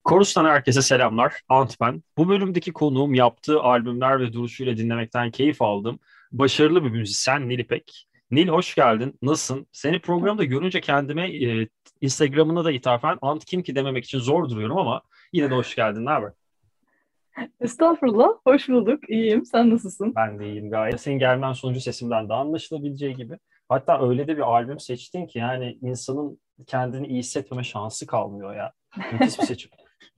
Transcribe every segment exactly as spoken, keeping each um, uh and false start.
Korus'tan herkese selamlar. Ant ben. Bu bölümdeki konuğum yaptığı albümler ve duruşuyla dinlemekten keyif aldım. Başarılı bir müzisyen Nil İpek. Nil hoş geldin. Nasılsın? Seni programda görünce kendime e, Instagram'ına da ithafen Ant kim ki dememek için zor duruyorum ama yine de hoş geldin. Ne haber? Estağfurullah, hoş bulduk. İyiyim. Sen nasılsın? Ben de iyiyim gayet. Senin gelmen sonucu sesimden de anlaşılabileceği gibi. Hatta öyle de bir albüm seçtin ki yani insanın kendini iyi hissetmeme şansı kalmıyor ya. Nefis bir seçim.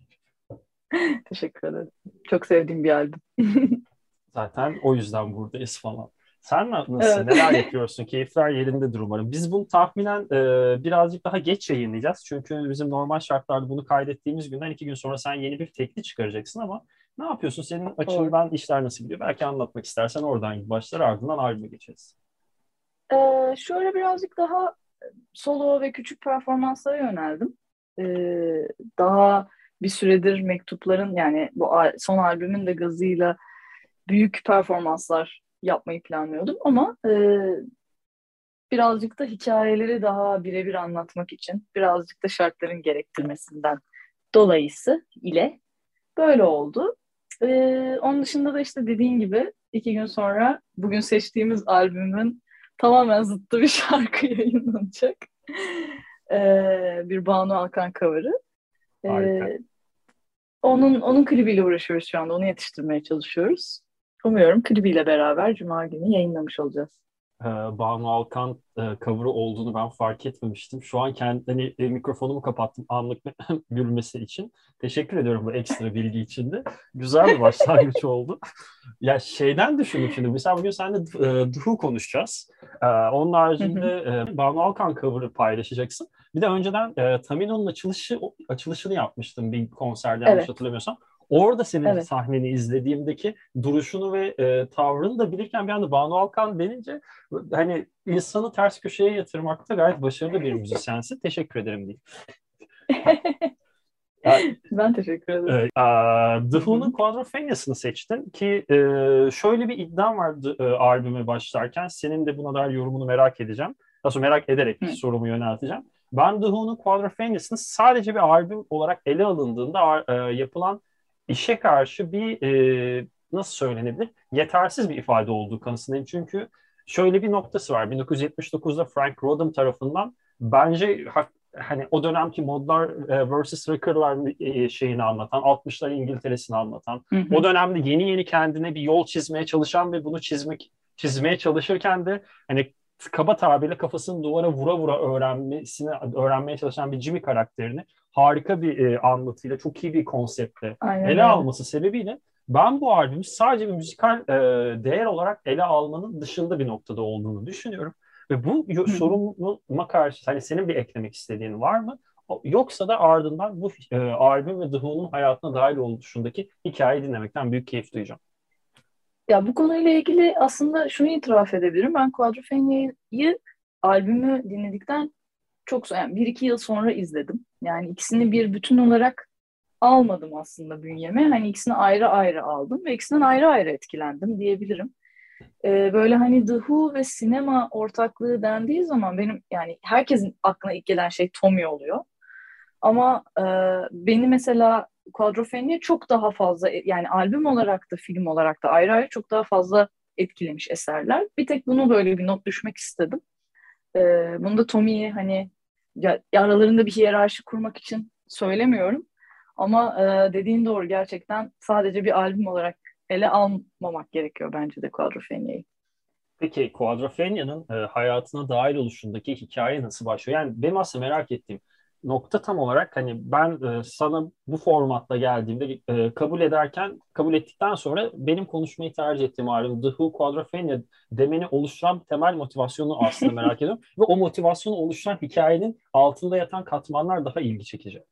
Teşekkür ederim. Çok sevdiğim bir albüm. Zaten o yüzden buradayız falan. Sen na- nasılsın? Evet. Neler yapıyorsun? Keyifler yerindedir umarım. Biz bunu tahminen e, birazcık daha geç yayınlayacağız. Çünkü bizim normal şartlarda bunu kaydettiğimiz günden iki gün sonra sen yeni bir tekli çıkaracaksın ama ne yapıyorsun? Senin Doğru. açından işler nasıl gidiyor? Belki anlatmak istersen oradan başlar ardından albüme geçeriz. Ee, şöyle birazcık daha solo ve küçük performanslara yöneldim. Ee, daha bir süredir mektupların yani bu al- son albümün de gazıyla büyük performanslar yapmayı planlıyordum ama e, birazcık da hikayeleri daha birebir anlatmak için birazcık da şartların gerektirmesinden dolayısı ile böyle oldu. Ee, onun dışında da işte dediğin gibi iki gün sonra bugün seçtiğimiz albümün tamamen zıttı bir şarkı yayınlanacak. Ee, bir Banu Alkan cover'ı. Harika. Ee, onun onun klibiyle uğraşıyoruz şu anda. Onu yetiştirmeye çalışıyoruz. Umuyorum klibiyle beraber Cuma günü yayınlamış olacağız. e, Banu Alkan e, cover'ı olduğunu ben fark etmemiştim. Şu an kendi hani, e, mikrofonumu kapattım anlık gülmesi için. Teşekkür ediyorum bu ekstra bilgi için de. Güzel bir başlangıç oldu. Ya şeyden düşündüm şimdi. Mesela bugün seninle e, Duhu konuşacağız. E, onun Hı haricinde hı. e, Banu Alkan cover'ı paylaşacaksın. Bir de önceden e, Tamino'nun açılışı, açılışını yapmıştım bir konserde yanlış Evet, hatırlamıyorsam. Orada senin evet. sahneni izlediğimdeki duruşunu ve e, tavrını da bilirken bir anda Banu Alkan denince hani insanı ters köşeye yatırmakta gayet başarılı bir müzisyensin. Teşekkür ederim diyeyim. Ya, Ben teşekkür ederim. e, a, The Hı Who'nun hı. Quadrophenia'sını seçtin ki e, şöyle bir iddiam vardı e, albüme başlarken. Senin de buna dair yorumunu merak edeceğim. Nasıl merak ederek Hı sorumu yönelteceğim. Ben The Who'nun Quadrophenia'sını sadece bir albüm olarak ele alındığında e, yapılan işe karşı bir e, nasıl söylenebilir? Yetersiz bir ifade olduğu kanısındayım. Çünkü şöyle bir noktası var. bin dokuz yüz yetmiş dokuzda Frank Rodham tarafından bence hani o dönemki modlar e, versus rocker'lar e, şeyini anlatan, altmışlar İngiltere'sini anlatan, hı. o Hı. dönemde yeni yeni kendine bir yol çizmeye çalışan ve bunu çizmek çizmeye çalışırken de hani kaba tabirle kafasını duvara vura vura öğrenmesini öğrenmeye çalışan bir Jimmy karakterini harika bir e, anlatıyla, çok iyi bir konseptle Aynen ele öyle. alması sebebiyle ben bu albümü sadece bir müzikal e, değer olarak ele almanın dışında bir noktada olduğunu düşünüyorum. Ve bu yo- Hı hı. sorunuma karşı hani senin bir eklemek istediğin var mı? O- Yoksa da ardından bu e, albüm ve The Who'nun hayatına dahil oluşundaki hikayeyi dinlemekten büyük keyif duyacağım. Ya bu konuyla ilgili aslında şunu itiraf edebilirim. Ben Quadrophenia'yı albümü dinledikten çok sonra, yani bir iki yıl sonra izledim. Yani ikisini bir bütün olarak almadım aslında bünyeme. Hani ikisini ayrı ayrı aldım ve ikisinden ayrı ayrı etkilendim diyebilirim. Ee, böyle hani The Who ve sinema ortaklığı dendiği zaman benim yani herkesin aklına ilk gelen şey Tommy oluyor. Ama e, beni mesela Quadrophenia çok daha fazla yani albüm olarak da film olarak da ayrı ayrı çok daha fazla etkilemiş eserler. Bir tek bunu böyle bir not düşmek istedim. E, bunu da Tommy'yi hani ya, aralarında bir hiyerarşi kurmak için söylemiyorum. Ama e, dediğin doğru gerçekten sadece bir albüm olarak ele almamak gerekiyor bence de Quadrophenia'yı. Peki Quadrophenia'nın e, hayatına dahil oluşundaki hikaye nasıl başlıyor? Yani benim aslında merak ettiğim nokta tam olarak hani ben e, sana bu formatla geldiğimde e, kabul ederken kabul ettikten sonra benim konuşmayı tercih ettiğim albüm The Who Quadrophenia demeni oluşturan temel motivasyonu aslında merak ediyorum. Ve o motivasyonu oluşturan hikayenin altında yatan katmanlar daha ilgi çekici.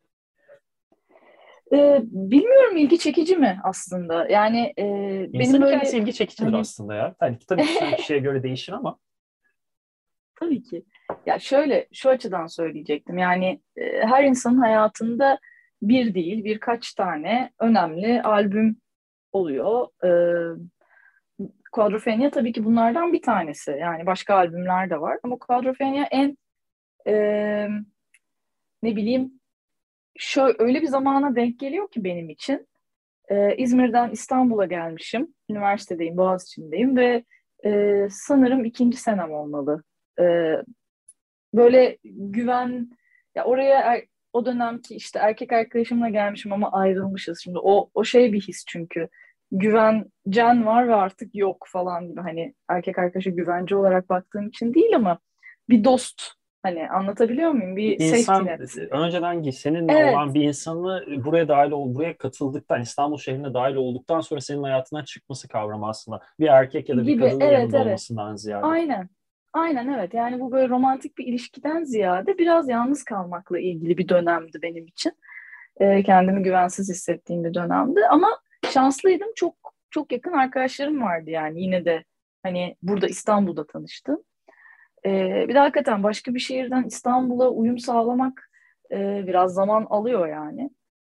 E, bilmiyorum ilgi çekici mi aslında? Yani e, benim İnsan hikayesi böyle ilgi çekicidir hani aslında ya. Yani tabii kişiden kişiye göre değişir ama tabii ki. Ya şöyle, şu açıdan söyleyecektim. Yani e, her insanın hayatında bir değil, birkaç tane önemli albüm oluyor. E, Quadrophenia tabii ki bunlardan bir tanesi. Yani başka albümler de var. Ama Quadrophenia en e, ne bileyim şöyle öyle bir zamana denk geliyor ki benim için. Ee, İzmir'den İstanbul'a gelmişim. Üniversitedeyim, Boğaziçi'ndeyim ve e, sanırım ikinci senem olmalı. Ee, Böyle güven, ya oraya er- o dönemki işte erkek arkadaşımla gelmişim ama ayrılmışız. Şimdi o o şey bir his çünkü güvencen var ve artık yok falan gibi, hani erkek arkadaşa güvence olarak baktığım için değil ama bir dost, hani anlatabiliyor muyum? Bir safety İnsan net. önceden seninle Evet, olan bir insanı buraya dahil ol, buraya katıldıktan, İstanbul şehrine dahil olduktan sonra senin hayatından çıkması kavramı aslında. Bir erkek ya da bir gibi, kadının evet yanında evet. olmasından ziyade. Aynen. Aynen evet. Yani bu böyle romantik bir ilişkiden ziyade biraz yalnız kalmakla ilgili bir dönemdi benim için. Ee, kendimi güvensiz hissettiğim bir dönemdi. Ama şanslıydım. Çok çok yakın arkadaşlarım vardı yani. Yine de hani burada İstanbul'da tanıştım. Ee, bir de hakikaten başka bir şehirden İstanbul'a uyum sağlamak e, biraz zaman alıyor yani.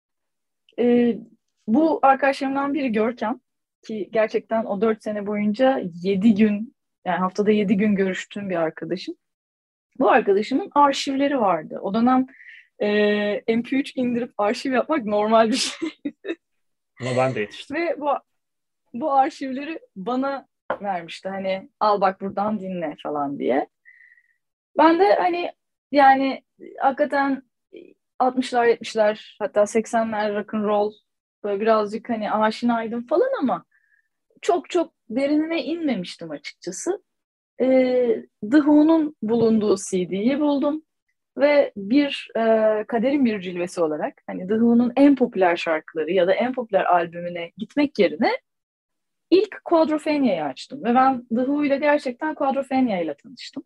Ee, Bu arkadaşlarımdan biri Görkem, ki gerçekten o dört sene boyunca yedi gün, yani haftada yedi gün görüştüğüm bir arkadaşım. Bu arkadaşımın arşivleri vardı. O dönem e, M P üç indirip arşiv yapmak normal bir şey. Ama ben de yetiştim. Ve bu bu arşivleri bana vermişti. Hani al bak buradan dinle falan diye. Ben de hani yani hakikaten altmışlar yetmişler hatta seksenler rock and roll böyle birazcık hani aşinaydım falan ama çok çok derinine inmemiştim açıkçası. Ee, The Who'nun bulunduğu C D'yi buldum ve bir e, kaderin bir cilvesi olarak hani The Who'nun en popüler şarkıları ya da en popüler albümüne gitmek yerine ilk Quadrophenia'yı açtım ve ben The Who ile gerçekten Quadrophenia ile tanıştım.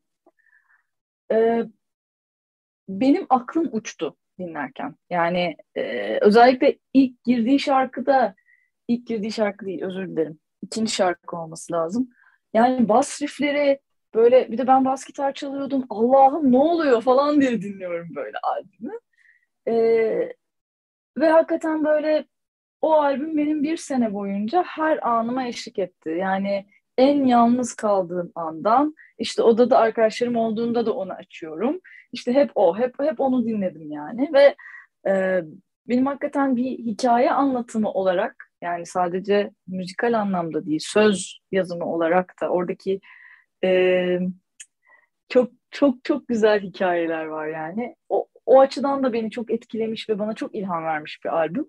Ee, Benim aklım uçtu dinlerken. Yani e, özellikle ilk girdiği şarkıda, ilk girdiği şarkı değil, özür dilerim. İkinci şarkı olması lazım. Yani bas riffleri böyle, bir de ben bas gitar çalıyordum. Allah'ım ne oluyor falan diye dinliyorum böyle albümü. E, Ve hakikaten böyle o albüm benim bir sene boyunca her anıma eşlik etti. Yani en yalnız kaldığım andan, işte odada arkadaşlarım olduğunda da onu açıyorum. İşte hep o, hep hep onu dinledim yani ve e, benim hakikaten bir hikaye anlatımı olarak, yani sadece müzikal anlamda değil, söz yazımı olarak da oradaki e, çok çok çok güzel hikayeler var yani. O, o açıdan da beni çok etkilemiş ve bana çok ilham vermiş bir albüm.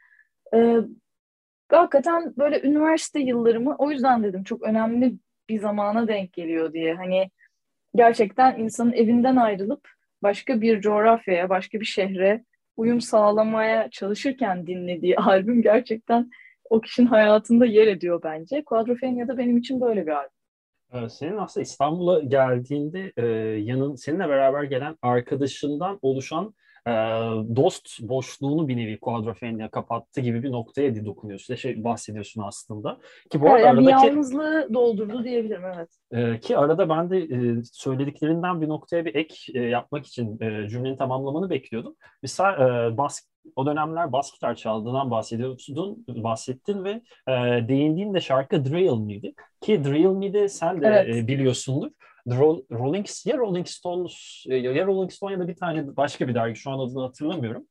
E, Hakikaten böyle üniversite yıllarımı o yüzden dedim çok önemli bir zamana denk geliyor diye. Hani gerçekten insanın evinden ayrılıp başka bir coğrafyaya, başka bir şehre uyum sağlamaya çalışırken dinlediği albüm gerçekten o kişinin hayatında yer ediyor bence. Quadrophenia da benim için böyle bir albüm. Ee, Senin aslında İstanbul'a geldiğinde e, yanın seninle beraber gelen arkadaşından oluşan e, dost boşluğunu bir nevi Quadrophenia kapattı gibi bir noktaya di- dokunuyorsun. Şey bahsediyorsun aslında. Ki bu Evet, arada yani bir aradaki yalnızlığı doldurdu diyebilirim, evet. Ee, ki arada ben de e, söylediklerinden bir noktaya bir ek e, yapmak için e, cümleni tamamlamanı bekliyordum. Mesela e, bas, o dönemler bas gitar çaldığından bahsediyordun, bahsettin ve e, değindiğin de şarkı Drill Me'di. Ki Drill Me'de sen de Evet. e, biliyorsundur. The Ro- Rolling, ya Rolling Stones e, ya Rolling Stone ya da bir tane başka bir dergi şu an adını hatırlamıyorum.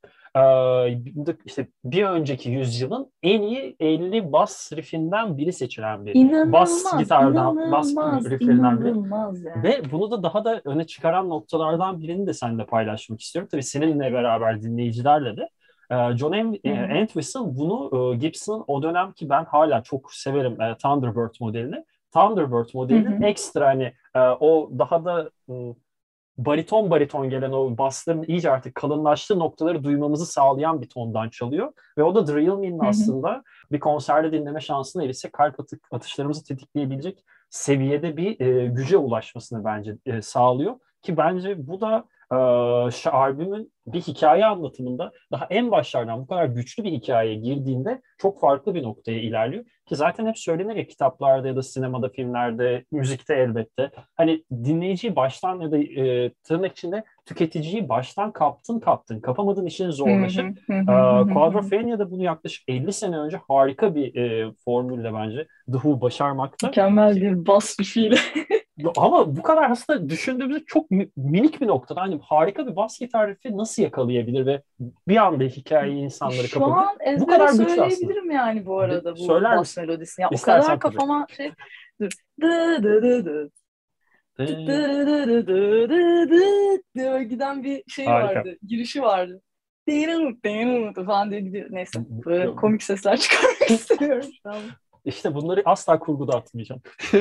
Ee, işte bir önceki yüzyılın en iyi elli bas riffinden biri seçilen bir bas İnanılmaz, gitardan bas inanılmaz, rifflerinden biri. inanılmaz yani. Ve bunu da daha da öne çıkaran noktalardan birini de seninle paylaşmak istiyorum. Tabii seninle beraber dinleyicilerle de. Ee, John Em- Hı e, hı, Entwistle bunu e, Gibson o dönem ki ben hala çok severim e, Thunderbird modelini. Thunderbird hı modelinin hı, ekstra hani e, o daha da e, bariton bariton gelen o basların iyice artık kalınlaştığı noktaları duymamızı sağlayan bir tondan çalıyor. Ve o da The Real Me'nin hı hı. aslında bir konserde dinleme şansına erişse kalp atı- atışlarımızı tetikleyebilecek seviyede bir e, güce ulaşmasını bence e, sağlıyor. Ki bence bu da e, şu albümün bir hikaye anlatımında daha en başlardan bu kadar güçlü bir hikayeye girdiğinde çok farklı bir noktaya ilerliyor. Ki zaten hep söylenir ya kitaplarda ya da sinemada, filmlerde, müzikte elbette. Hani dinleyiciyi baştan ya da e, tırnak içinde tüketiciyi baştan kaptın kaptın. Kapamadığın işin Hı zorlaşır. hı, hı Ee, hı, hı hı, hı. Quadrophenia da bunu yaklaşık elli sene önce harika bir e, formülle bence The Who başarmakta. Mükemmel bir bas rifiyle. Ama bu kadar aslında düşündüğümüzde çok mi- minik bir noktada hani harika bir bas gitar rifi nasıl yakalayabilir ve bir anda hikayeyi insanları Şu kapabilir? an Bu ezbere kadar güçlü aslında. söyleyebilirim yani bu De- arada bu söyler bas misin? melodisini. Ya o kadar İstersen tabii. kafama şey dur. Dı dı dı dı. Dı Ee, dı dı dı dı dı dı diye böyle giden bir şey harika. vardı. Girişi vardı. Değinamut, değinamut falan diye gidiyor. Neyse. Böyle komik sesler çıkarmak istemiyorum şu an. İşte bunları asla kurguda atmayacağım.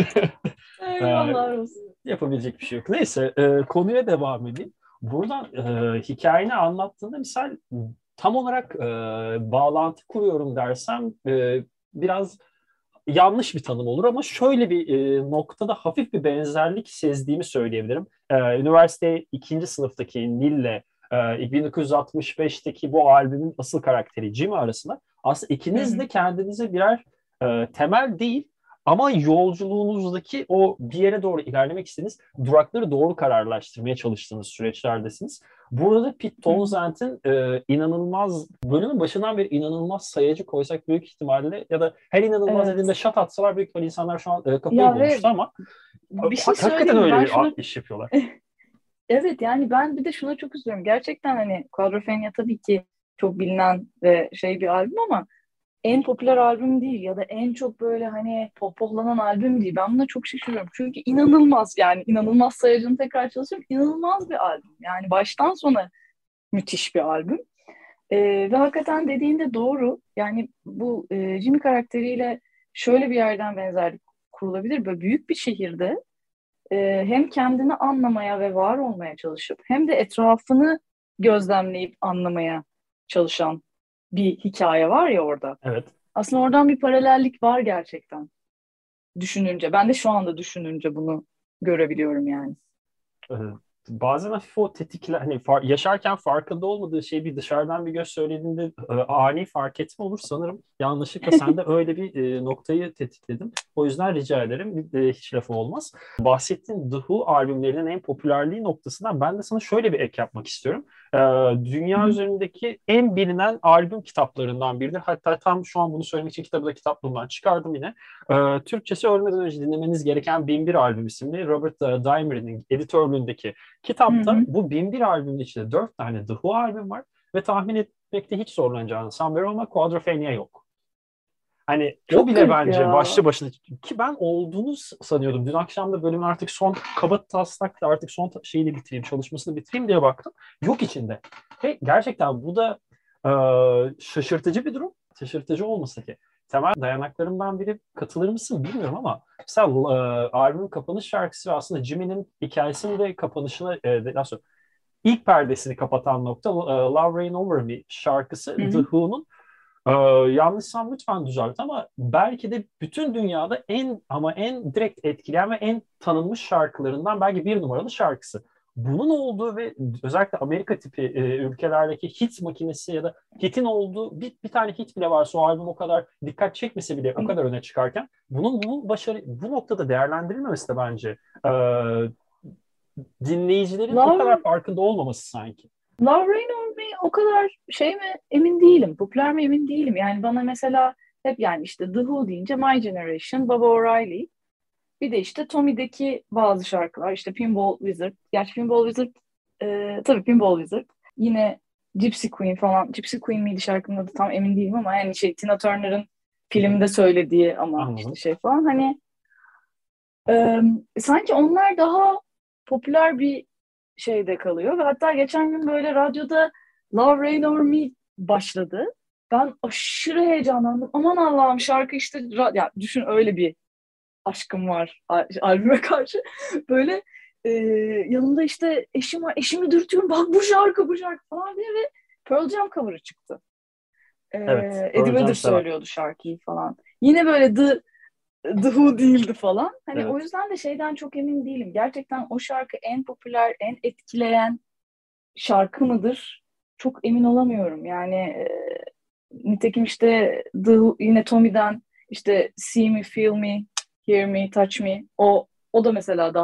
Ee, Eyvallah olsun. Yapabilecek bir şey yok. Neyse, e, konuya devam edeyim. Buradan e, hikayeni anlattığında misal tam olarak e, bağlantı kuruyorum dersem e, biraz yanlış bir tanım olur ama şöyle bir e, noktada hafif bir benzerlik sezdiğimi söyleyebilirim. E, üniversite ikinci sınıftaki Nil'le e, bin dokuz yüz altmış beşteki bu albümün asıl karakteri Jimmy arasında aslında Hı ikiniz hı. de kendinize birer e, temel değil ama yolculuğunuzdaki o bir yere doğru ilerlemek istediğiniz durakları doğru kararlaştırmaya çalıştığınız süreçlerdesiniz. Burada Pete Hı hı. Townsend'in e, inanılmaz, bölümün başından beri inanılmaz sayacı koysak büyük ihtimalle ya da her inanılmaz dediğimde Evet. shot atsalar büyük ihtimalle insanlar şu an e, kafayı Ya ve bulmuştu ama e, bir ha- şey hakikaten söyleyeyim mi? öyle Ben bir a- şunu iş yapıyorlar. evet yani ben bir de şuna çok üzülüyorum. Gerçekten hani Quadrophenia tabii ki çok bilinen ve şey bir albüm ama en popüler albüm değil ya da en çok böyle hani pohpohlanan albüm değil. Ben buna çok şaşırıyorum. Çünkü inanılmaz yani inanılmaz sayacını tekrar çalışıyorum. İnanılmaz bir albüm. Yani baştan sona müthiş bir albüm. Ee, ve hakikaten dediğinde doğru. Yani bu e, Jimmy karakteriyle şöyle bir yerden benzerlik kurulabilir. Böyle büyük bir şehirde e, hem kendini anlamaya ve var olmaya çalışıp hem de etrafını gözlemleyip anlamaya çalışan bir hikaye var ya orada. Evet. Aslında oradan bir paralellik var gerçekten düşününce. Ben de şu anda düşününce bunu görebiliyorum yani. Ee, Bazen hafif o tetikler hani far- yaşarken farkında olmadığı şeyi bir dışarıdan bir göz söylediğinde e, ani fark etme olur sanırım. Yanlışlıkla sen de öyle bir e, noktayı tetikledin. O yüzden rica ederim. Bir, e, hiç lafı olmaz. Bahsettiğin The Who albümlerinin en popülerliği noktasından ben de sana şöyle bir ek yapmak istiyorum. Ee, Dünya üzerindeki en bilinen albüm kitaplarından biridir. Hatta tam şu an bunu söylemek için kitabı da kitaplığımdan çıkardım yine. Ee, Türkçesi ölmeden önce dinlemeniz gereken Bin Bir Albüm isimli Robert e, Dimery'nin editörlüğündeki Hı kitapta hı. bu Bin Bir albümün içinde dört tane The Who albüm var ve tahmin etmekte hiç zorlanacağını sanmıyorum ama Quadrophenia yok. Hani o Çok bile garip bence ya. başlı başına ki ben olduğunu sanıyordum. Dün akşam da bölümün artık son kaba taslakla artık son ta- şeyini bitireyim, çalışmasını bitireyim diye baktım. Yok içinde. Ve gerçekten bu da e, şaşırtıcı bir durum. Şaşırtıcı olmasa ki. Temel dayanaklarımdan biri katılır mısın bilmiyorum ama mesela e, albümün kapanış şarkısı ve aslında Jimmy'nin hikayesini ve kapanışını e, daha sonra ilk perdesini kapatan nokta e, Love Reign Over Me şarkısı Hı The hı. Who'nun ee, yanlışsam lütfen düzelt ama belki de bütün dünyada en ama en direkt etkileyen ve en tanınmış şarkılarından belki bir numaralı şarkısı. Bunun olduğu ve özellikle Amerika tipi e, ülkelerdeki hit makinesi ya da hitin olduğu bir, bir tane hit bile varsa o albüm o kadar dikkat çekmese bile o Ama kadar öne çıkarken bunun bu başarı bu noktada değerlendirilmemesi de bence e, dinleyicilerin o kadar Love, farkında olmaması sanki. Love Rain On Me o kadar şey mi emin değilim. Popüler mi emin değilim. Yani bana mesela hep yani işte The Who deyince My Generation, Baba O'Reilly. Bir de işte Tommy'deki bazı şarkılar. İşte Pinball Wizard. Gerçi Pinball Wizard e, tabii Pinball Wizard. Yine Gypsy Queen falan. Gypsy Queen miydi şarkının adı tam emin değilim ama yani şey Tina Turner'ın Hı hı, filmde söylediği ama işte anladım. şey falan. Hani e, sanki onlar daha popüler bir şeyde kalıyor. Ve hatta geçen gün böyle radyoda Love Reign Over Me başladı. Ben aşırı heyecanlandım. Aman Allah'ım şarkı işte ra- ya düşün öyle bir aşkım var al- albüme karşı. Böyle e, yanımda işte eşim var. Eşimi dürtüyorum. Bak bu şarkı bu şarkı falan diye ve Pearl Jam cover'ı çıktı. E, Evet, Eddie Pearl Vedder Jam sever. söylüyordu şarkıyı falan. Yine böyle The, The Who değildi falan. Hani o Evet. yüzden de şeyden çok emin değilim. Gerçekten o şarkı en popüler, en etkileyen şarkı mıdır? Çok emin olamıyorum. Yani e, nitekim işte The, yine Tommy'den işte See Me, Feel Me, Hear Me, Touch Me o o da mesela daha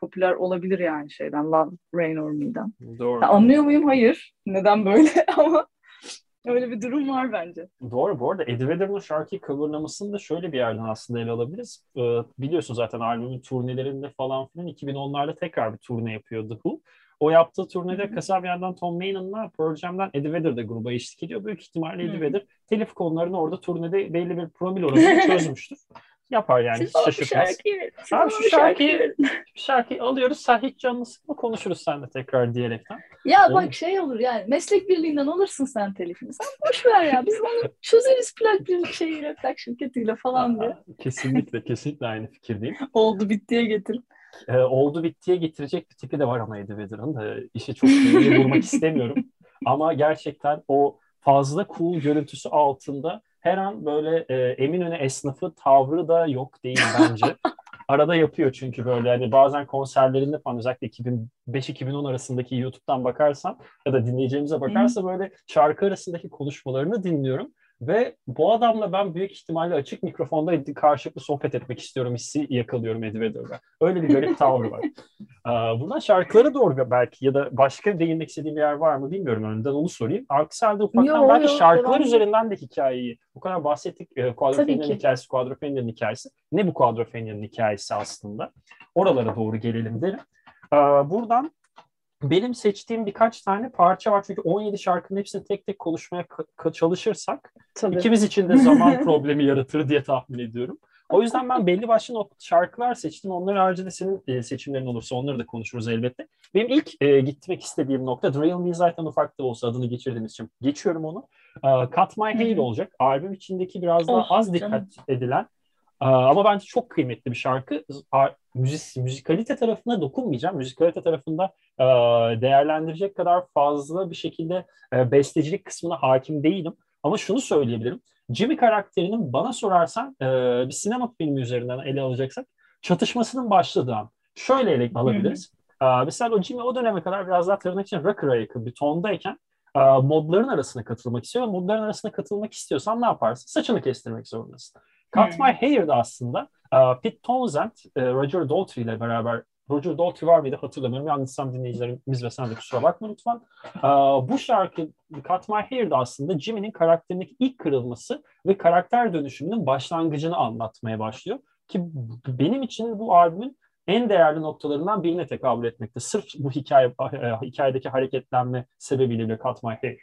popüler olabilir yani şeyden, Love, Rain or Me'den. Doğru. Ya anlıyor muyum? Hayır. Neden böyle? Ama öyle bir durum var bence. Doğru. Bu arada Eddie Vedder'ın şarkıyı coverlamasını da şöyle bir yerden aslında ele alabiliriz. Ee, biliyorsun zaten albümün turnelerinde falan filan iki bin onlarda tekrar bir turne yapıyor The Who. O yaptığı turnede kısa bir yandan Tom Maynard'la Pearl Jam'den Eddie Vedder de gruba eşlik ediyor. Büyük ihtimalle Eddie Vedder telif konularını orada turnede belli bir promil oranını çözmüştür. Yapar yani, Siz hiç bana bir şaşırtmaz. şarkıyı verin. Siz Abi bana şu bir şarkıyı şarkıyı, verin. şu şarkıyı alıyoruz, sen hiç canını sıkma, konuşuruz seninle tekrar diyerekten. Ya Olur. bak şey olur yani, meslek birliğinden alırsın sen telifini. Sen boş ver ya. Biz onu çözeriz plak bir şeyiyle, plak şirketiyle falan diye. Aa, kesinlikle, kesinlikle aynı fikirdeyim. Oldu bittiye getir. Ee, oldu bittiye getirecek bir tipi de var ama Eddie Vedder'ın. Ee, işi çok iyi vurmak istemiyorum. Ama gerçekten o fazla cool görüntüsü altında her an böyle e, Eminönü esnafı tavrı da yok değil bence. Arada yapıyor çünkü böyle hani bazen konserlerinde falan, özellikle iki bin beş iki bin on arasındaki YouTube'dan bakarsan ya da dinleyeceğimize bakarsa böyle şarkı arasındaki konuşmalarını dinliyorum. Ve bu adamla ben büyük ihtimalle açık mikrofonda karşılıklı sohbet etmek istiyorum hissi yakalıyorum Eddie Vedder'da. Öyle bir garip tavrı var. Ee, Buradan şarkılara doğru belki ya da başka değinmek istediğim bir yer var mı bilmiyorum. Önden onu sorayım. Aksi halde ufaktan Yo belki yo şarkılar devam. üzerinden de hikayeyi, bu kadar bahsettik. E, Tabii Quadrophenia'nın ki. hikayesi, Quadrophenia'nın hikayesi. Ne bu Quadrophenia'nın hikayesi aslında? Oralara doğru gelelim derim. Ee, Buradan benim seçtiğim birkaç tane parça var. Çünkü on yedi şarkının hepsini tek tek konuşmaya ka- çalışırsak Tabii. ikimiz için de zaman problemi yaratır diye tahmin ediyorum. O yüzden ben belli başlı nok- şarkılar seçtim. Onların haricinde senin e, seçimlerin olursa onları da konuşuruz elbette. Benim ilk e, gitmek istediğim nokta, The Real Me zaten ufak da olsa adını geçirdiğimiz için geçiyorum onu. E, Cut My Hair olacak. Albüm içindeki biraz daha Oh az dikkat canım. edilen e, ama bence çok kıymetli bir şarkı. A- Müzis, müzikalite tarafına dokunmayacağım. Müzikalite tarafında e, değerlendirecek kadar fazla bir şekilde e, bestecilik kısmına hakim değilim. Ama şunu söyleyebilirim. Jimmy karakterinin bana sorarsan e, bir sinema filmi üzerinden ele alacaksak çatışmasının başladığı an. Şöyle ele alabiliriz. E, mesela o Jimmy o döneme kadar biraz daha tırnak için rocker'a yakın bir tondayken e, modların arasına katılmak istiyor. Modların arasına katılmak istiyorsan ne yaparsın? Saçını kestirmek zorundasın. Cut My Hair'da aslında e, Pete Townsend, e, Roger Daltrey ile beraber, Roger Daltrey var mıydı hatırlamıyorum. Yanlışsam dinleyicilerimiz ve sen de kusura bakma lütfen. Ee, Bu şarkı Cut My Hair'da aslında Jimmy'nin karakterindeki ilk kırılması ve karakter dönüşümünün başlangıcını anlatmaya başlıyor. Ki benim için bu albümün en değerli noktalarından birine tekabül etmekte. Sırf bu hikaye e, hikayedeki hareketlenme sebebiyle bile Cut My Hair.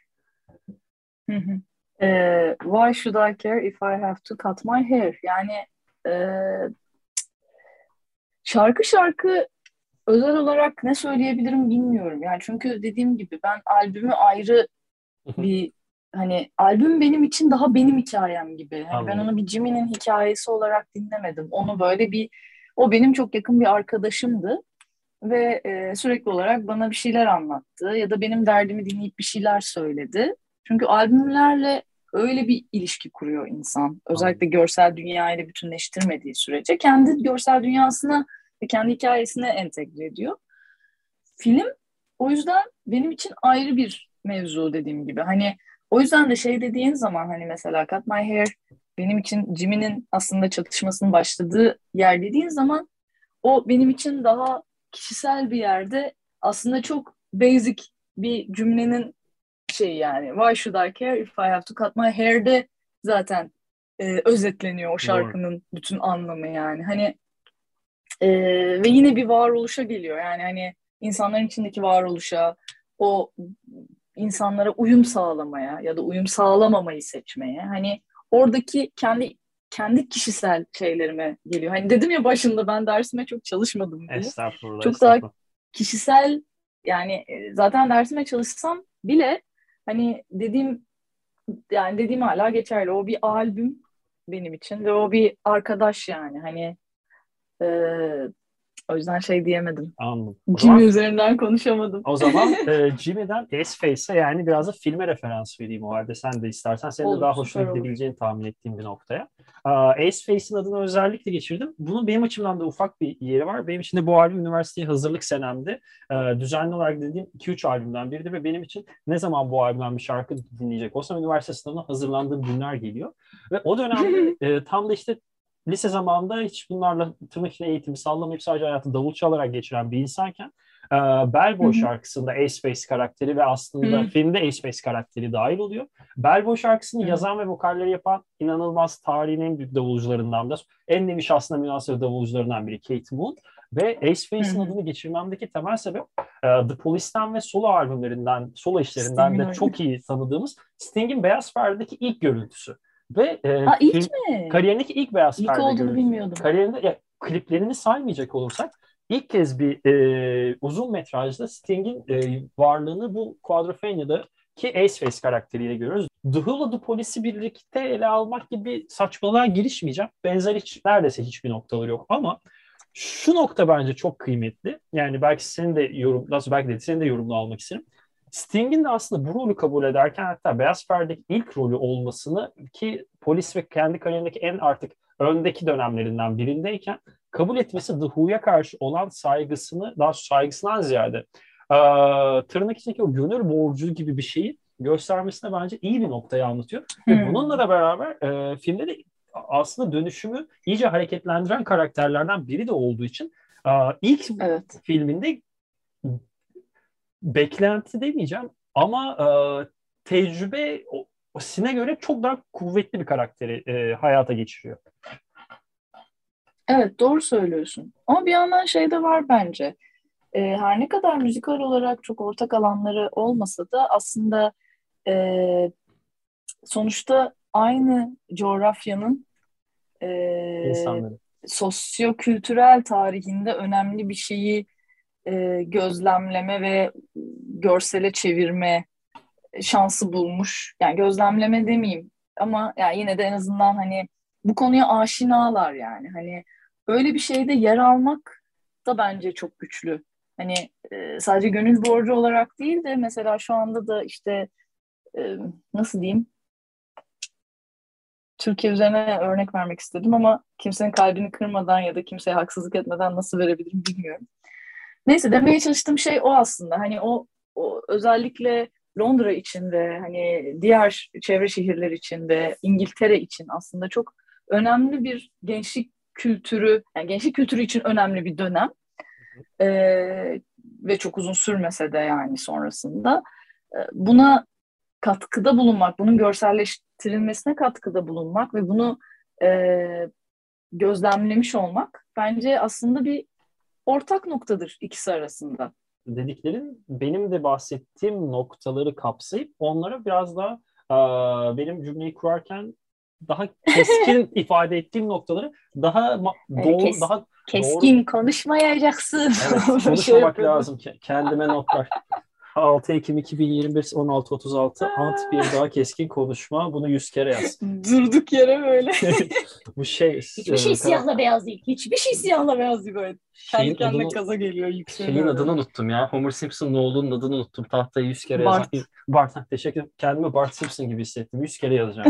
Hı hı. Ee, why should I care if I have to cut my hair? Yani e, şarkı şarkı özel olarak ne söyleyebilirim bilmiyorum. Yani çünkü dediğim gibi ben albümü ayrı bir, hani albüm benim için daha benim hikayem gibi. Hani ben Anladım. onu bir Jimmy'nin hikayesi olarak dinlemedim. Onu böyle bir, o benim çok yakın bir arkadaşımdı ve e, sürekli olarak bana bir şeyler anlattı ya da benim derdimi dinleyip bir şeyler söyledi. Çünkü albümlerle öyle bir ilişki kuruyor insan. Anladım. Özellikle görsel dünyayla bütünleştirmediği sürece kendi görsel dünyasına ve kendi hikayesine entegre ediyor. Film o yüzden benim için ayrı bir mevzu, dediğim gibi. Hani o yüzden de şey dediğin zaman, hani mesela Cut My Hair benim için Jimmy'nin aslında çatışmasının başladığı yer dediğin zaman, o benim için daha kişisel bir yerde, aslında çok basic bir cümlenin şeyi yani. Why should I care if I have to cut my hair'de zaten e, özetleniyor o Doğru. şarkının bütün anlamı yani. Hani e, ve yine bir varoluşa geliyor. Yani hani insanların içindeki varoluşa, o insanlara uyum sağlamaya ya da uyum sağlamamayı seçmeye. Hani oradaki kendi kendi kişisel şeylerime geliyor. Hani dedim ya başında, ben dersime çok çalışmadım diye. Estağfurullah, Çok daha estağfurullah. kişisel yani, e, zaten dersime çalışsam bile hani dediğim, yani dediğim hala geçerli. O bir albüm benim için ve o bir arkadaş yani. Hani e, o yüzden şey diyemedim. Anladım. O Jimmy zaman üzerinden konuşamadım. O zaman e, Jimmy'den Ace yani biraz da filme referans vereyim o halde, sen de istersen. Senin de Olur, daha hoşuna süper olur. gidebileceğini tahmin ettiğim bir noktaya. Ace adını özellikle geçirdim. Bunun benim açımdan da ufak bir yeri var. Benim için de bu albüm üniversiteye hazırlık senemdi. E, düzenli olarak dediğim iki üç albümden biridir ve benim için ne zaman bu albümden bir şarkı dinleyecek olsam üniversite sınavına hazırlandığım günler geliyor. Ve o dönemde e, tam da işte lise zamanında hiç bunlarla tırnak içinde eğitimi sallamayıp sadece hayatı davul çalarak geçiren bir insanken e, Bell Hı Boy hı. şarkısında Ace karakteri ve aslında Hı filmde Ace karakteri dahil oluyor. Bell Boy şarkısını hı. yazan ve vokalleri yapan inanılmaz tarihin en büyük davulcularından da en nevi şahsına münhasır davulcularından biri Kate Moon. Ve Ace Hı Face'in hı. adını geçirmemdeki temel sebep e, The Police'ten ve solo albümlerinden, solo işlerinden Sting'in de oyunu. çok iyi tanıdığımız Sting'in Beyaz Perde'deki ilk görüntüsü. Ve e, Ha, ilk film mi? kariyerindeki ilk Beyaz İlk Perde olduğunu görüntüsü. bilmiyordum. Kariyerinde ya, kliplerini saymayacak olursak ilk kez bir e, uzun metrajda Sting'in e, varlığını bu Quadrophenia'daki Aceface karakteriyle görüyoruz. The Who'la The Police'i birlikte ele almak gibi saçmalığa girişmeyeceğim. Benzer hiç, neredeyse hiçbir noktaları yok ama şu nokta bence çok kıymetli. Yani belki senin de yorum, nasıl belki de senin de yorumunu almak isterim. Sting'in de aslında bu rolü kabul ederken hatta Beyaz Perde'deki ilk rolü olmasını ki polis ve kendi kariyerindeki en artık öndeki dönemlerinden birindeyken kabul etmesi The Who'ya karşı olan saygısını daha saygısından ziyade e, tırnak içindeki o gönül borcu gibi bir şeyi göstermesine bence iyi bir noktayı anlatıyor. Ve bununla Hmm. da beraber e, filmde de aslında dönüşümü iyice hareketlendiren karakterlerden biri de olduğu için e, ilk Evet. filminde beklenti demeyeceğim ama e, tecrübe o, o sine göre çok daha kuvvetli bir karakteri e, hayata geçiriyor. Evet, doğru söylüyorsun. Ama bir yandan şey de var bence. Ee, her ne kadar müzikal olarak çok ortak alanları olmasa da aslında e, sonuçta aynı coğrafyanın e, İnsanları. sosyo-kültürel tarihinde önemli bir şeyi e, gözlemleme ve görsele çevirme şansı bulmuş. Yani gözlemleme demeyeyim ama yani yine de en azından hani bu konuya aşinalar yani. Hani öyle bir şeyde yer almak da bence çok güçlü. Hani e, sadece gönül borcu olarak değil de mesela şu anda da işte e, nasıl diyeyim, Türkiye üzerine örnek vermek istedim ama kimsenin kalbini kırmadan ya da kimseye haksızlık etmeden nasıl verebilirim bilmiyorum. Neyse, demeye çalıştığım şey o aslında. Hani o, o özellikle Londra için ve hani diğer çevre şehirler için ve İngiltere için aslında çok önemli bir gençlik kültürü, yani gençlik kültürü için önemli bir dönem. Ee, ve çok uzun sürmese de yani sonrasında Ee, buna katkıda bulunmak, bunun görselleştirilmesine katkıda bulunmak ve bunu e, gözlemlemiş olmak bence aslında bir ortak noktadır ikisi arasında. Dediklerin benim de bahsettiğim noktaları kapsayıp onlara biraz daha e, benim cümleyi kurarken daha keskin ifade ettiğim noktaları daha ma- Öyle doğru kes, daha doğru keskin konuşmayacaksın. evet Şey konuşmamak yapıyordum. lazım. Ke- Kendime notlar. altı Ekim iki bin yirmi bir on altı otuz altı ant bir daha keskin konuşma. Bunu yüz kere yaz. Durduk yere böyle. Bu şey Hiçbir şey e, karak- siyahla beyaz değil. Hiçbir şey siyahla beyaz değil böyle. Kendi şeyin kendine adını gaza geliyor, şeyin yükseliyor adını böyle. unuttum ya. Homer Simpson'ın oğlunun adını unuttum. Tahtaya yüz kere yazan. Bart. Bart, teşekkür ederim. Kendimi Bart Simpson gibi hissettim. Yüz kere yazacağım.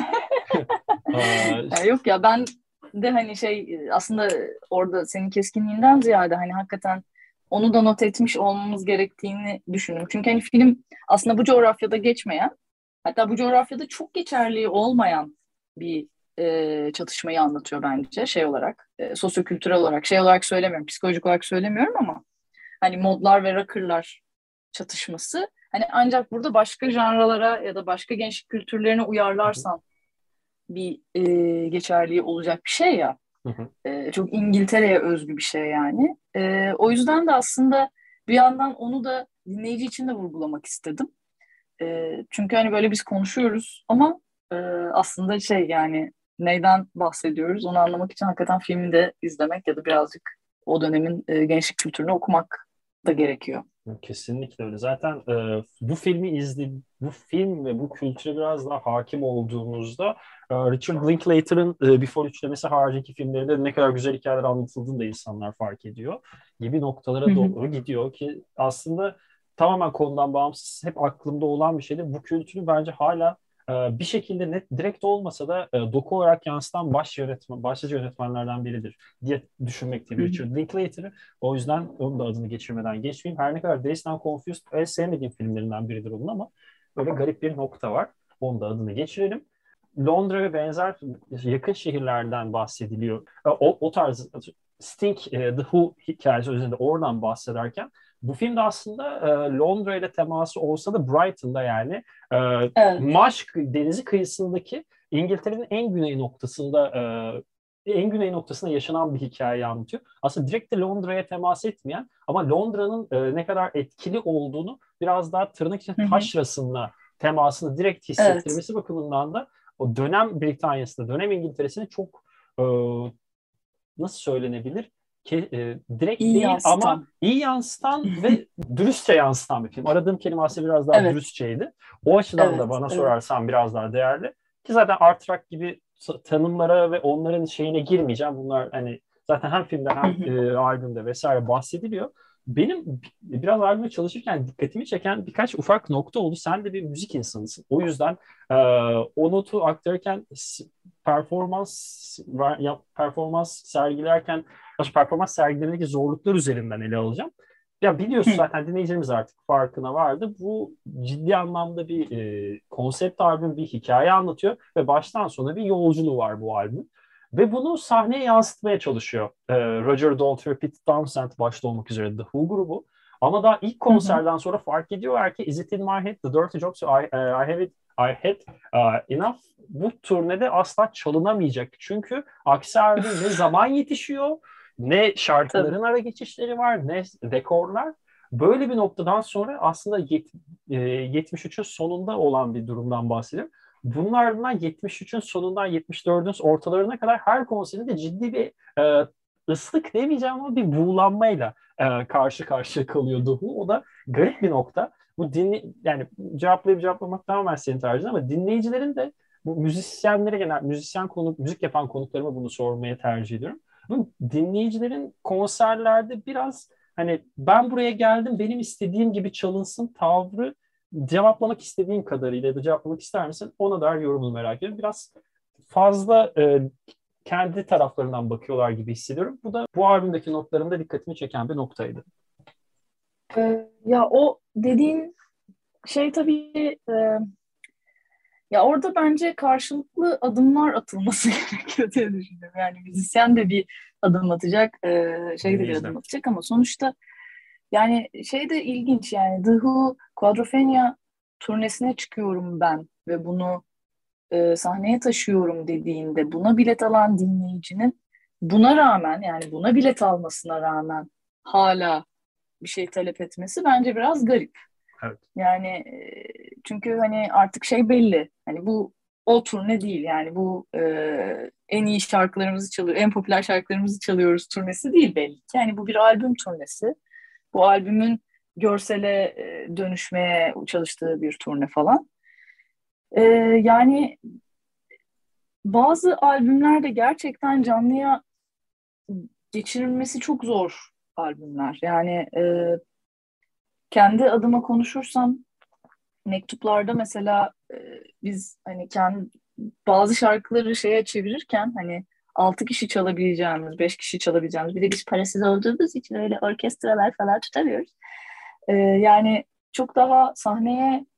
Aa, Ya yok ya, ben de hani şey aslında orada senin keskinliğinden ziyade hani hakikaten onu da not etmiş olmamız gerektiğini düşünüyorum. Çünkü hani film aslında bu coğrafyada geçmeyen, hatta bu coğrafyada çok geçerli olmayan bir e, çatışmayı anlatıyor bence şey olarak, e, sosyokültürel olarak, şey olarak söylemiyorum, psikolojik olarak söylemiyorum ama hani modlar ve rockerlar çatışması. Hani ancak burada başka janralara ya da başka gençlik kültürlerine uyarlarsan bir e, geçerliği olacak bir şey ya. E, çok İngiltere'ye özgü bir şey yani. E, o yüzden de aslında bir yandan onu da dinleyici için de vurgulamak istedim. E, çünkü hani böyle biz konuşuyoruz ama e, aslında şey yani neyden bahsediyoruz onu anlamak için hakikaten filmi de izlemek ya da birazcık o dönemin e, gençlik kültürünü okumak da gerekiyor. Kesinlikle öyle. Zaten e, bu filmi izle, bu film ve bu kültüre biraz daha hakim olduğumuzda e, Richard Linklater'ın e, Before üçlemesi haricindeki filmlerinde ne kadar güzel hikayeler anlatıldığını da insanlar fark ediyor gibi Hı noktalara hı. doğru gidiyor ki aslında tamamen konudan bağımsız hep aklımda olan bir şeydi. Bu kültürü bence hala e, bir şekilde net direkt olmasa da e, doku olarak yansıtan baş yönetmen, başlıca yönetmenlerden biridir diye Hı düşünmekteyim hı. Richard Linklater'ı. O yüzden onun da adını geçirmeden geçmeyeyim. Her ne kadar Dazed and Confused en sevmediğim filmlerinden biridir onun ama böyle garip bir nokta var. Onun da adını geçirelim. Londra ve benzer yakın şehirlerden bahsediliyor. O, o tarz Sting, e, The Who hikayesi üzerinde oradan bahsederken bu filmde aslında e, Londra ile teması olsa da Brighton'da, yani e, Evet. Manş denizi kıyısındaki İngiltere'nin en güney noktasında e, en güney noktasında yaşanan bir hikayeyi anlatıyor. Aslında direkt de Londra'ya temas etmeyen ama Londra'nın e, ne kadar etkili olduğunu biraz daha tırnak içinde Hı hı. taşrasında temasını direkt Evet. hissettirmesi bakımından da o dönem Britanya'sında, dönem İngiltere'sini çok e, nasıl söylenebilir? Ke, e, direkt İyi değil ama yansıtan. iyi yansıtan ve dürüstçe yansıtan bir film. Aradığım kelime aslında biraz daha Evet. dürüstçeydi. O açıdan da Evet. bana Evet. sorarsan biraz daha değerli. Ki zaten Art Rock gibi tanımlara ve onların şeyine girmeyeceğim. Bunlar hani zaten hem filmde Hı hem hı. e, albümde vesaire bahsediliyor. Benim biraz albümde çalışırken dikkatimi çeken birkaç ufak nokta oldu. Sen de bir müzik insanısın. O yüzden e, o notu aktarırken performans ya, performans sergilerken performans sergilerindeki zorluklar üzerinden ele alacağım. Ya biliyorsun Hı. zaten, dinleyicilerimiz artık farkına vardı. Bu ciddi anlamda bir e, konsept albüm, bir hikaye anlatıyor ve baştan sona bir yolculuğu var bu albüm. Ve bunu sahneye yansıtmaya çalışıyor. E, Roger Daltrey ve Pete Townshend başta olmak üzere The Who grubu. Ama daha ilk Hı hı. konserden sonra fark ediyorlar ki Is It In My Head, The Dirty Jokes, I, uh, I Have It, I Had uh, Enough bu turnede asla çalınamayacak. Çünkü aksi halde ne zaman yetişiyor, ne Tabii. şarkıların ara geçişleri var, ne dekorlar. Böyle bir noktadan sonra aslında yet, e, yetmiş üçün sonunda olan bir durumdan bahsediyorum. Bunlardan yetmiş üçün sonundan yetmiş dördün ortalarına kadar her konserinde ciddi bir e, ıslık demeyeceğim ama bir buğulanmayla e, karşı karşıya kalıyordu bu. O da garip bir nokta. Bu dinli, yani cevaplayıp cevaplamak tamamen senin tercihin ama dinleyicilerin de bu müzisyenlere, genel müzisyen konuk, müzik yapan konuklarıma bunu sormaya tercih ediyorum. Bu dinleyicilerin konserlerde biraz hani ben buraya geldim, benim istediğim gibi çalınsın tavrı, cevaplamak istediğin kadarıyla ya da cevaplamak ister misin? Ona dair yorumunu merak ediyorum. Biraz fazla e, kendi taraflarından bakıyorlar gibi hissediyorum. Bu da bu albümdeki notlarımda dikkatimi çeken bir noktaydı. Ee, ya o dediğin şey tabii, e, ya orada bence karşılıklı adımlar atılması gerekiyor diye düşünüyorum. Yani müzisyen de bir adım atacak, e, şey de bir Dinleyiciler. adım atacak ama sonuçta yani şey de ilginç, yani The Who Quadrophenia turnesine çıkıyorum ben ve bunu e, sahneye taşıyorum dediğinde buna bilet alan dinleyicinin buna rağmen, yani buna bilet almasına rağmen hala bir şey talep etmesi bence biraz garip. Evet. Yani e, çünkü hani artık şey belli. Hani bu o turne değil. Yani bu e, en iyi şarkılarımızı çalıyor, en popüler şarkılarımızı çalıyoruz turnesi değil belli ki. Yani bu bir albüm turnesi. Bu albümün görsele e, dönüşmeye çalıştığı bir turne falan. E, yani bazı albümlerde gerçekten canlıya geçirilmesi çok zor albümler. Yani e, kendi adıma konuşursam mektuplarda mesela e, biz hani kendi bazı şarkıları şeye çevirirken hani altı kişi çalabileceğimiz, beş kişi çalabileceğimiz, bir de biz parasız olduğumuz için öyle orkestralar falan tutamıyoruz. E, yani çok daha sahneye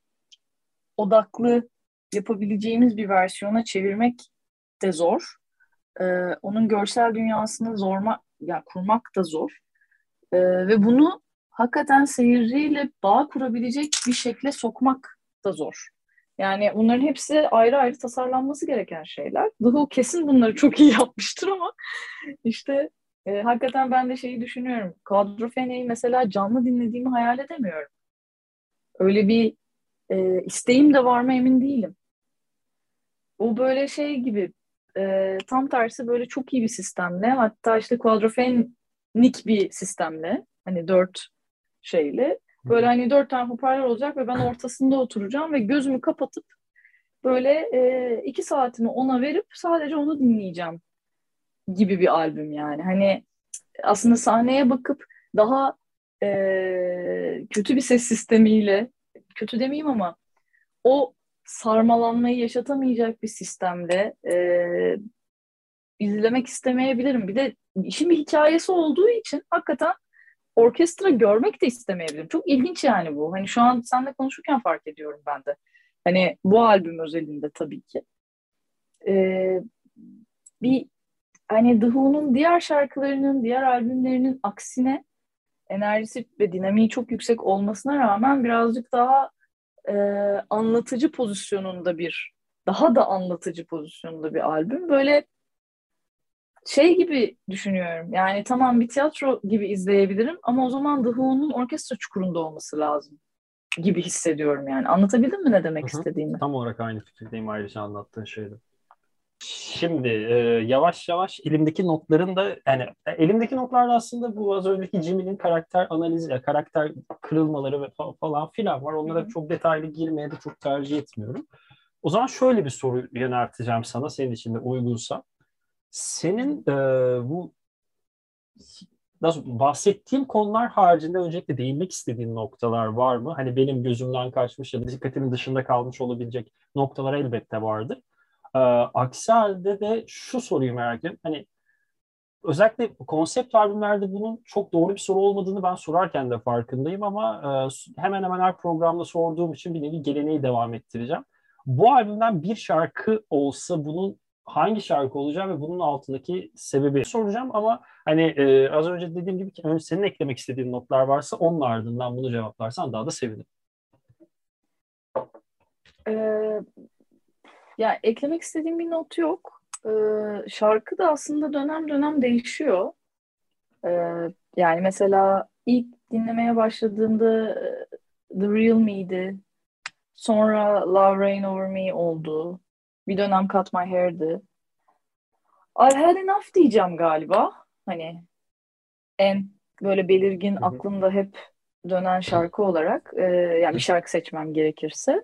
odaklı yapabileceğimiz bir versiyona çevirmek de zor. E, onun görsel dünyasını zorma, yani kurmak da zor. E, ve bunu hakikaten seyirciyle bağ kurabilecek bir şekle sokmak da zor. Yani bunların hepsi ayrı ayrı tasarlanması gereken şeyler. The Who kesin bunları çok iyi yapmıştır ama işte e, hakikaten ben de şeyi düşünüyorum. Quadrophenia'yı mesela canlı dinlediğimi hayal edemiyorum. Öyle bir e, isteğim de var mı emin değilim. O böyle şey gibi, e, tam tersi böyle çok iyi bir sistemle, hatta işte kuadrofenik bir sistemle, hani dört şeyle, Hı böyle hı. hani dört tane hoparlör olacak ve ben ortasında oturacağım ve gözümü kapatıp böyle e, iki saatimi ona verip sadece onu dinleyeceğim gibi bir albüm yani. Hani aslında sahneye bakıp daha e, kötü bir ses sistemiyle, kötü demeyeyim ama o sarmalanmayı yaşatamayacak bir sistemde e, izlemek istemeyebilirim. Bir de işin bir hikayesi olduğu için hakikaten orkestra görmek de istemeyebilirim. Çok ilginç yani bu. Hani şu an seninle konuşurken fark ediyorum ben de. Hani bu albüm özelinde tabii ki. e, bir hani The Who'nun diğer şarkılarının, diğer albümlerinin aksine enerjisi ve dinamiği çok yüksek olmasına rağmen birazcık daha e, anlatıcı pozisyonunda bir, daha da anlatıcı pozisyonunda bir albüm. Böyle şey gibi düşünüyorum. Yani tamam bir tiyatro gibi izleyebilirim ama o zaman The Who'nun orkestra çukurunda olması lazım gibi hissediyorum yani. Anlatabildim mi ne Hı demek hı. istediğimi? Tam olarak aynı fikirdeyim ayrıca anlattığın şeyde. Şimdi e, yavaş yavaş elimdeki notların da yani e, elimdeki notlarda aslında bu az önceki Jimmy'nin karakter analizi, ya karakter kırılmaları ve fa- falan filan var. Hı Onlara hı. çok detaylı girmeye de çok tercih etmiyorum. O zaman şöyle bir soru yönelteceğim sana senin için de uygunsa. Hı hı. Senin e, bu nasıl bahsettiğim konular haricinde öncelikle değinmek istediğin noktalar var mı? Hani benim gözümden kaçmış ya da dikkatimin dışında kalmış olabilecek noktalar elbette vardır. Ee, aksi halde de şu soruyu merak ediyorum. Hani özellikle konsept albümlerde bunun çok doğru bir soru olmadığını ben sorarken de farkındayım ama e, hemen hemen her programda sorduğum için bir nevi geleneği devam ettireceğim. Bu albümden bir şarkı olsa bunun hangi şarkı olacak ve bunun altındaki sebebi soracağım ama hani e, az önce dediğim gibi önce senin eklemek istediğin notlar varsa onun ardından bunu cevaplarsan daha da sevinirim. Ee, Ya eklemek istediğim bir not yok. Ee, şarkı da aslında dönem dönem değişiyor. Ee, Yani mesela ilk dinlemeye başladığımda e, The Real Me'di. Sonra Love Reign Over Me oldu. Bir dönem Cut My Hair'di. I've Had Enough diyeceğim galiba. Hani en böyle belirgin Hı hı. aklımda hep dönen şarkı olarak. Ee, yani bir şarkı seçmem gerekirse.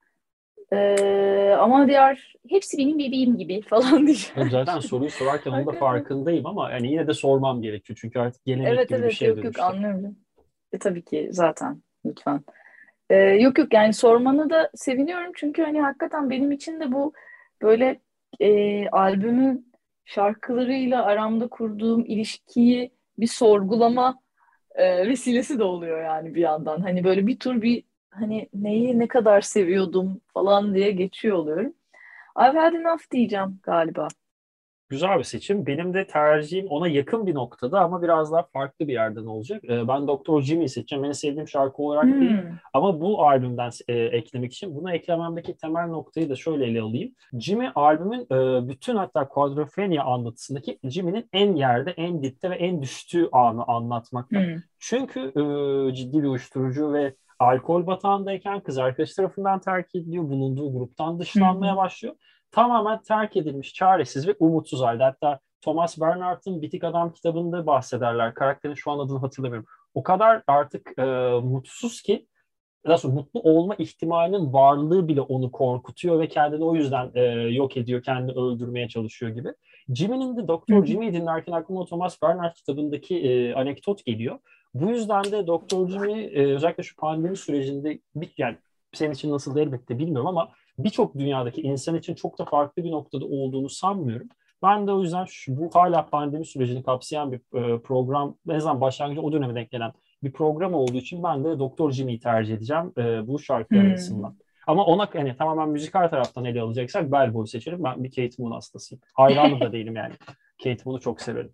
Ee, ama diğer hepsi benim bebeğim gibi falan Yok, diyeceğim. zaten soruyu sorarken onun da Hakikaten. farkındayım ama yani yine de sormam gerekiyor. Çünkü artık gelenek Evet gibi bir evet şeye yok yok dönüştü. anlıyorum. E, tabii ki zaten lütfen. Ee, yok yok yani sormanı da seviniyorum çünkü hani hakikaten benim için de bu böyle e, albümün şarkılarıyla aramda kurduğum ilişkiyi bir sorgulama e, vesilesi de oluyor yani bir yandan. Hani böyle bir tur bir hani neyi ne kadar seviyordum falan diye geçiyor oluyorum. I've had enough diyeceğim galiba. Güzel bir seçim. Benim de tercihim ona yakın bir noktada ama biraz daha farklı bir yerden olacak. Ee, Ben Doktor Jimmy'yi seçeceğim. En sevdiğim şarkı olarak değil. Hmm. Ama bu albümden e, eklemek için bunu eklememdeki temel noktayı da şöyle ele alayım. Jimmy albümün e, bütün hatta Quadrophenia anlatısındaki Jimmy'nin en yerde, en dipte ve en düştüğü anı anlatmakta. Hmm. Çünkü e, ciddi bir uyuşturucu ve alkol batağındayken kız arkadaş tarafından terk ediliyor. Bulunduğu gruptan Hı dışlanmaya hı. başlıyor, tamamen terk edilmiş, çaresiz ve umutsuz halde. Hatta Thomas Bernhard'ın Bitik Adam kitabında bahsederler. Karakterin şu an adını hatırlamıyorum. O kadar artık e, mutsuz ki nasıl mutlu olma ihtimalinin varlığı bile onu korkutuyor ve kendini o yüzden e, yok ediyor, kendini öldürmeye çalışıyor gibi. Jimmy'nin de Hı Doktor hı. Jimmy'yi dinlerken aklıma Thomas Bernhard kitabındaki e, anekdot geliyor. Bu yüzden de Doktor Jimmy e, özellikle şu pandemi sürecinde bir, yani senin için nasıl elbette bilmiyorum ama birçok dünyadaki insan için çok da farklı bir noktada olduğunu sanmıyorum. Ben de o yüzden şu, bu hala pandemi sürecini kapsayan bir e, program, en azından başlangıcı o döneme denk gelen bir program olduğu için ben de Doktor Jimmy'yi tercih edeceğim e, bu şarkılar arasından. Hmm. Ama ona hani tamamen müzikal taraftan ele alacaksak Bell Boy seçerim. Ben bir Kate Moon hastasıyım. Hayranı da değilim yani. Kate Moon'u çok severim.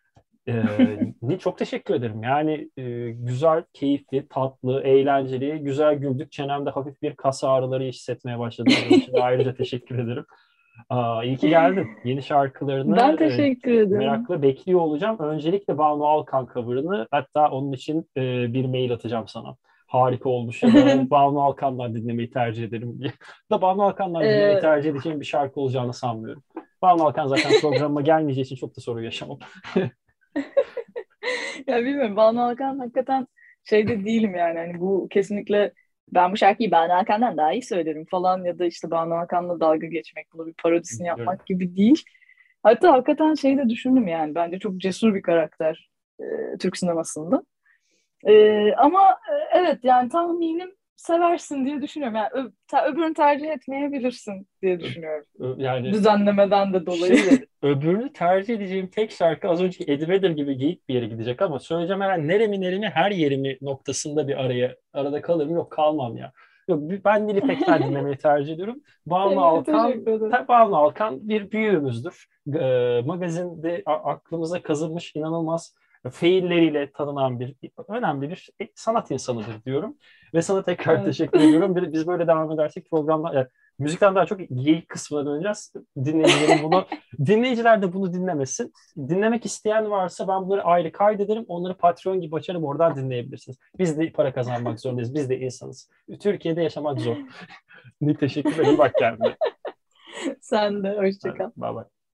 Ee, ne çok teşekkür ederim. Yani e, güzel, keyifli, tatlı, eğlenceli, güzel güldük. Çenemde hafif bir kas ağrıları hissetmeye başladım. Bunun için de ayrıca teşekkür ederim. Aa, iyi ki geldin. Yeni şarkılarını Ben e, teşekkür ederim. merakla bekliyor olacağım. Öncelikle Banu Alkan cover'ını, hatta onun için e, bir mail atacağım sana. Harika olmuş ya da Banu Alkan'dan dinlemeyi tercih ederim diye. Da Banu Alkan'dan dinlemeyi Ee, tercih edeceğim bir şarkı olacağını sanmıyorum. Banu Alkan zaten programıma gelmeyeceği için çok da sorun yaşamam. Ya bilmiyorum Banu Alkan hakikaten şeyde değilim yani hani bu kesinlikle ben bu şarkıyı Banu Alkan'dan daha iyi söylerim falan ya da işte Banu Alkan'la dalga geçmek bunu bir parodisini Biliyorum. yapmak gibi değil. Hatta hakikaten şey de düşündüm yani bence çok cesur bir karakter e, Türk sinemasında. E, ama e, evet yani tahminim seversin diye düşünüyorum. Yani ö- ta- öbürünü tercih etmeyebilirsin diye Ö- düşünüyorum. ö- Yani Düzenlemeden de dolayı. şimdi öbürünü tercih edeceğim tek şarkı az önceki Eddie Vedder gibi geyik bir yere gidecek ama söyleyeceğim hemen neremi neremi her yerimi noktasında bir araya arada kalırım, yok kalmam ya. Yok, ben Nilüfer dinlemeyi tercih ediyorum. Banu Alkan, Teşekkür ederim. Banu Alkan bir büyüğümüzdür. E, magazinde a- aklımıza kazınmış inanılmaz feilleriyle tanınan bir önemli bir sanat insanıdır diyorum. Ve sana tekrar Evet. teşekkür ediyorum. Bir- Biz böyle devam edersek programda yani müzikten daha çok geyik kısmına döneceğiz. Dinleyicilerin bunu dinleyiciler de bunu dinlemesin. Dinlemek isteyen varsa ben bunları ayrı kaydederim. Onları Patreon gibi açarım. Oradan dinleyebilirsiniz. Biz de para kazanmak zorundayız. Biz de insanız. Türkiye'de yaşamak zor. Teşekkürler. İyi bak kendine. Sen de hoşça Hadi, kal. bye bye.